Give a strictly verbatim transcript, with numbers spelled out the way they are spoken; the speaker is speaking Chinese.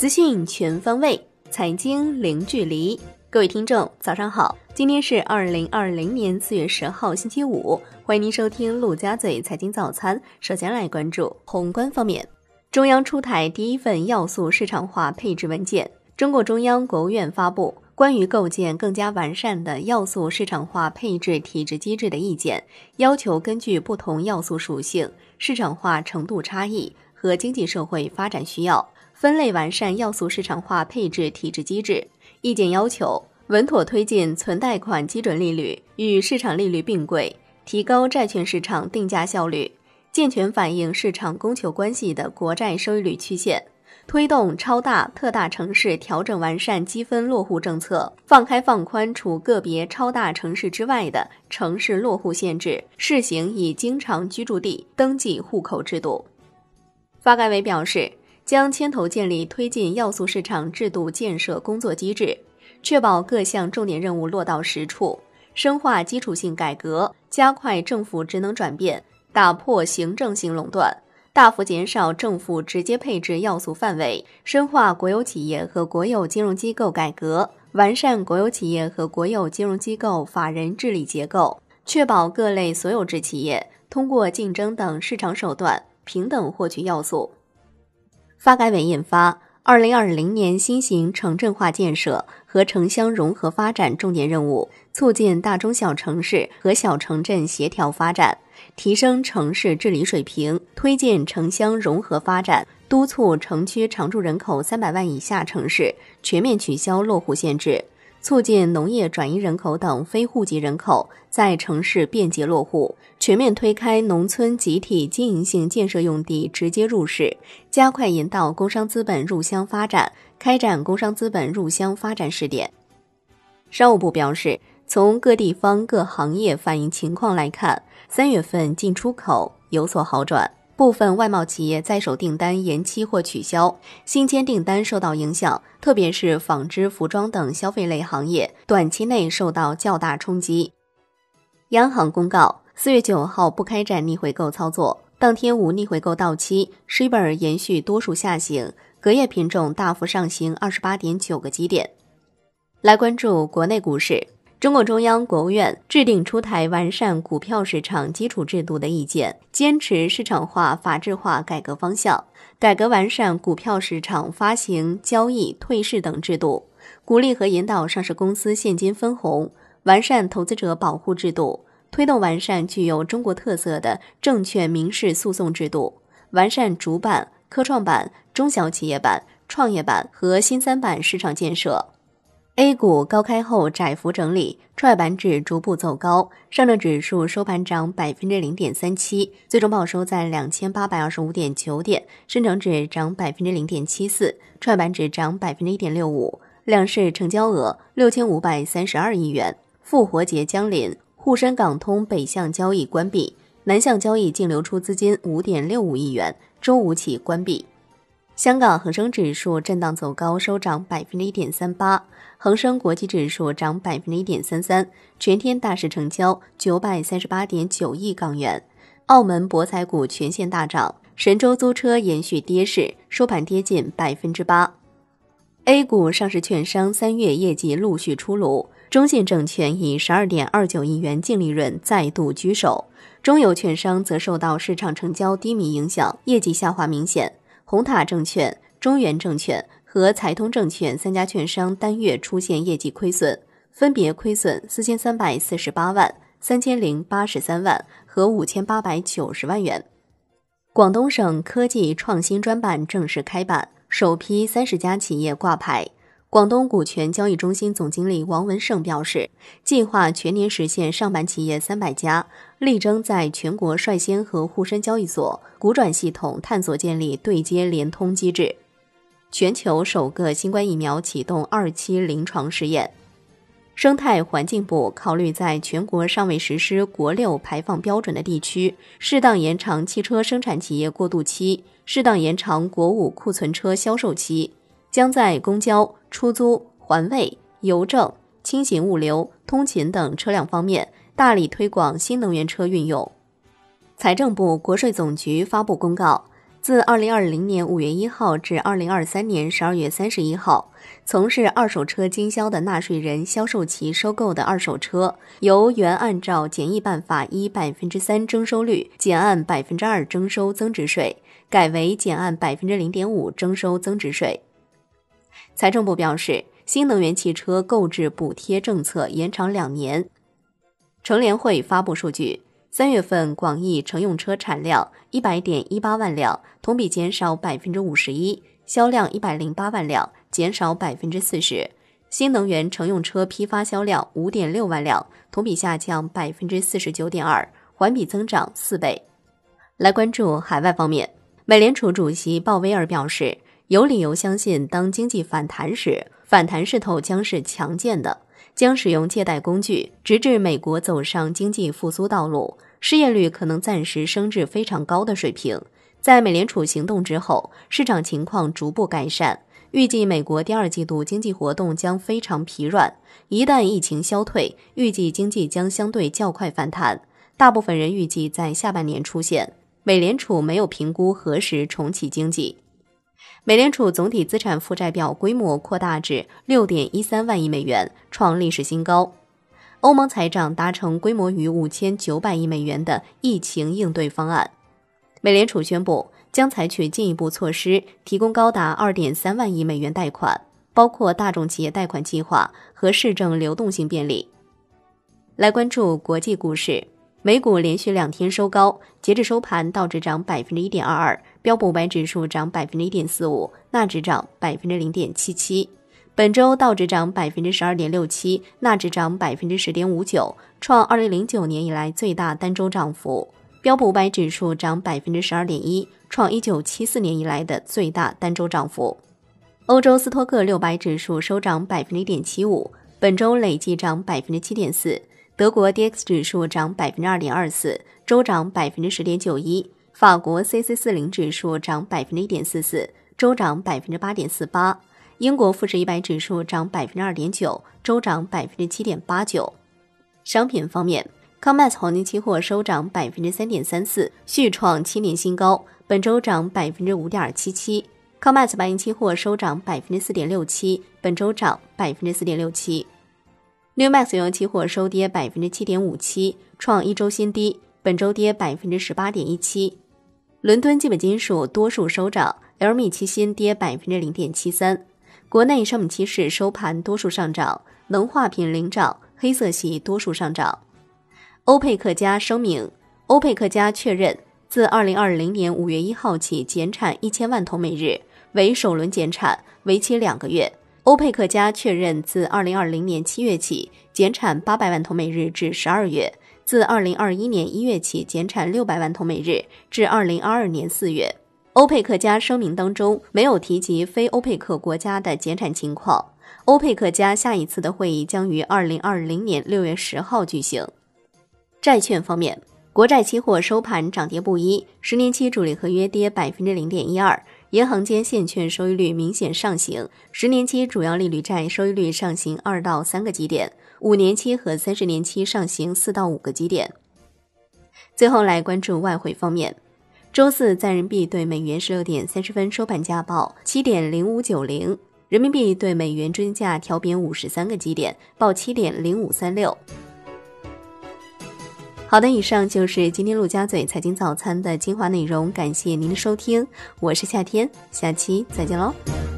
资讯全方位，财经零距离。各位听众早上好，今天是二零二零年四月十号星期五，欢迎您收听陆家嘴财经早餐。首先来关注宏观方面，中央出台第一份要素市场化配置文件，中共中央、国务院发布关于构建更加完善的要素市场化配置体制机制的意见，要求根据不同要素属性、市场化程度差异和经济社会发展需要，分类完善要素市场化配置体制机制。意见要求稳妥推进存贷款基准利率与市场利率并轨，提高债券市场定价效率，健全反映市场供求关系的国债收益率曲线，推动超大、特大城市调整完善积分落户政策，放开放宽除个别超大城市之外的城市落户限制，试行以经常居住地登记户口制度。发改委表示，将牵头建立推进要素市场制度建设工作机制，确保各项重点任务落到实处，深化基础性改革，加快政府职能转变，打破行政性垄断，大幅减少政府直接配置要素范围，深化国有企业和国有金融机构改革，完善国有企业和国有金融机构法人治理结构，确保各类所有制企业通过竞争等市场手段平等获取要素。发改委印发《二零二零年新型城镇化建设和城乡融合发展重点任务》，促进大中小城市和小城镇协调发展，提升城市治理水平，推进城乡融合发展，督促城区常住人口三百万以下城市全面取消落户限制，促进农业转移人口等非户籍人口在城市便捷落户，全面推开农村集体经营性建设用地直接入市，加快引导工商资本入乡发展，开展工商资本入乡发展试点。商务部表示，从各地方各行业反映情况来看，三月份进出口有所好转，部分外贸企业在手订单延期或取消，新签订单受到影响，特别是纺织、服装等消费类行业，短期内受到较大冲击。央行公告，四月九号不开展逆回购操作，当天无逆回购到期 ，S H I B R 延续多数下行，隔夜品种大幅上行 二十八点九 个基点。来关注国内股市。中共中央、国务院制定出台完善股票市场基础制度的意见，坚持市场化、法治化改革方向，改革完善股票市场发行、交易、退市等制度，鼓励和引导上市公司现金分红，完善投资者保护制度，推动完善具有中国特色的证券民事诉讼制度，完善主板、科创板、中小企业板、创业板和新三板市场建设。A 股高开后窄幅整理，创业板指逐步走高，上证指数收盘涨 百分之零点三七， 最终报收在 两千八百二十五点九 点，深成指涨 百分之零点七四， 创业板指涨 百分之一点六五， 两市成交额六千五百三十二亿元。复活节将临，沪深港通北向交易关闭，南向交易净流出资金 五点六五亿元，周五起关闭。香港恒生指数震荡走高，收涨 百分之一点三八， 恒生国际指数涨 百分之一点三三， 全天大市成交 九百三十八点九亿港元。澳门博彩股全线大涨，神州租车延续跌势，收盘跌近 百分之八。 A 股上市券商三月业绩陆续出炉，中信证券以 十二点二九亿元净利润再度居首，中游券商则受到市场成交低迷影响，业绩下滑明显。红塔证券、中原证券和财通证券三家券商单月出现业绩亏损，分别亏损四千三百四十八万、三千零八十三万和五千八百九十万元。广东省科技创新专办正式开办，首批三十家企业挂牌。广东股权交易中心总经理王文胜表示，计划全年实现上板企业三百家，力争在全国率先和沪深交易所、股转系统探索建立对接联通机制。全球首个新冠疫苗启动二期临床试验。生态环境部考虑在全国尚未实施国六排放标准的地区，适当延长汽车生产企业过渡期，适当延长国五库存车销售期，将在公交、出租、环卫、邮政、轻型物流、通勤等车辆方面大力推广新能源车运用。财政部、国税总局发布公告， 自二零二零年五月一号至二零二三年十二月三十一号，从事二手车经销的纳税人销售其收购的二手车，由原按照简易办法依百分之三征收率减按百分之二征收增值税，改为减按百分之零点五征收增值税。财政部表示，新能源汽车购置补贴政策延长两年。乘联会发布数据，三月份广义乘用车产量 一百点一八万辆，同比减少 百分之五十一， 销量一百零八万辆，减少 百分之四十。新能源乘用车批发销量 五点六万辆，同比下降 百分之四十九点二， 环比增长四倍。来关注海外方面，美联储主席鲍威尔表示，有理由相信当经济反弹时，反弹势头将是强健的，将使用借贷工具，直至美国走上经济复苏道路，失业率可能暂时升至非常高的水平。在美联储行动之后，市场情况逐步改善，预计美国第二季度经济活动将非常疲软。一旦疫情消退，预计经济将相对较快反弹。大部分人预计在下半年出现。美联储没有评估何时重启经济。美联储总体资产负债表规模扩大至 六点一三万亿美元，创历史新高。欧盟财长达成规模逾五千九百亿美元的疫情应对方案。美联储宣布将采取进一步措施，提供高达 二点三万亿美元贷款，包括大众企业贷款计划和市政流动性便利。来关注国际股市，美股连续两天收高，截至收盘，道指涨 百分之一点二二， 标普五百指数涨 百分之一点四五， 纳指涨 百分之零点七七。本周道指涨 百分之十二点六七， 纳指涨 百分之十点五九， 创二零零九年以来最大单周涨幅。标普五百指数涨 百分之十二点一， 创一九七四年以来的最大单周涨幅。欧洲斯托克六百指数收涨 百分之一点七五， 本周累计涨 百分之七点四。德国 D X 指数涨 百分之二点二四， 周涨 百分之十点九一。法国 C C 四十 指数涨 百分之一点四四， 周涨 百分之八点四八。英国富时一百指数涨 百分之二点九， 周涨 百分之七点八九。商品方面，康麦斯黄金期货收涨 百分之三点三四， 续创七年新高，本周涨 百分之五点七七。康麦斯白银期货收涨 百分之四点六七， 本周涨 百分之四点六七。New Max 原油期货收跌 百分之七点五七， 创一周新低，本周跌 百分之十八点一七。伦敦基本金属多数收涨， L M E 期锌跌 百分之零点七三。国内商品期市收盘多数上涨，能化品领涨，黑色系多数上涨。欧佩克加声明，欧佩克加确认自二零二零年五月一号起减产一千万桶每日，为首轮减产，为期两个月。欧佩克加确认自二零二零年七月起减产八百万桶每日至十二月，自二零二一年一月起减产六百万桶每日至二零二二年四月。欧佩克加声明当中没有提及非欧佩克国家的减产情况。欧佩克加下一次的会议将于二零二零年六月十号举行。债券方面，国债期货收盘涨跌不一，十年期主力合约跌 百分之零点一二， 银行间现券收益率明显上行，十年期主要利率债收益率上行二到三个基点，五年期和三十年期上行四到五个基点。最后来关注外汇方面，周四在人民币对美元十六点三十分收盘价报 七点零五九零， 人民币对美元中间价调贬五十三个基点，报 七点零五三六。好的，以上就是今天陆家嘴财经早餐的精华内容，感谢您的收听，我是夏天，下期再见喽。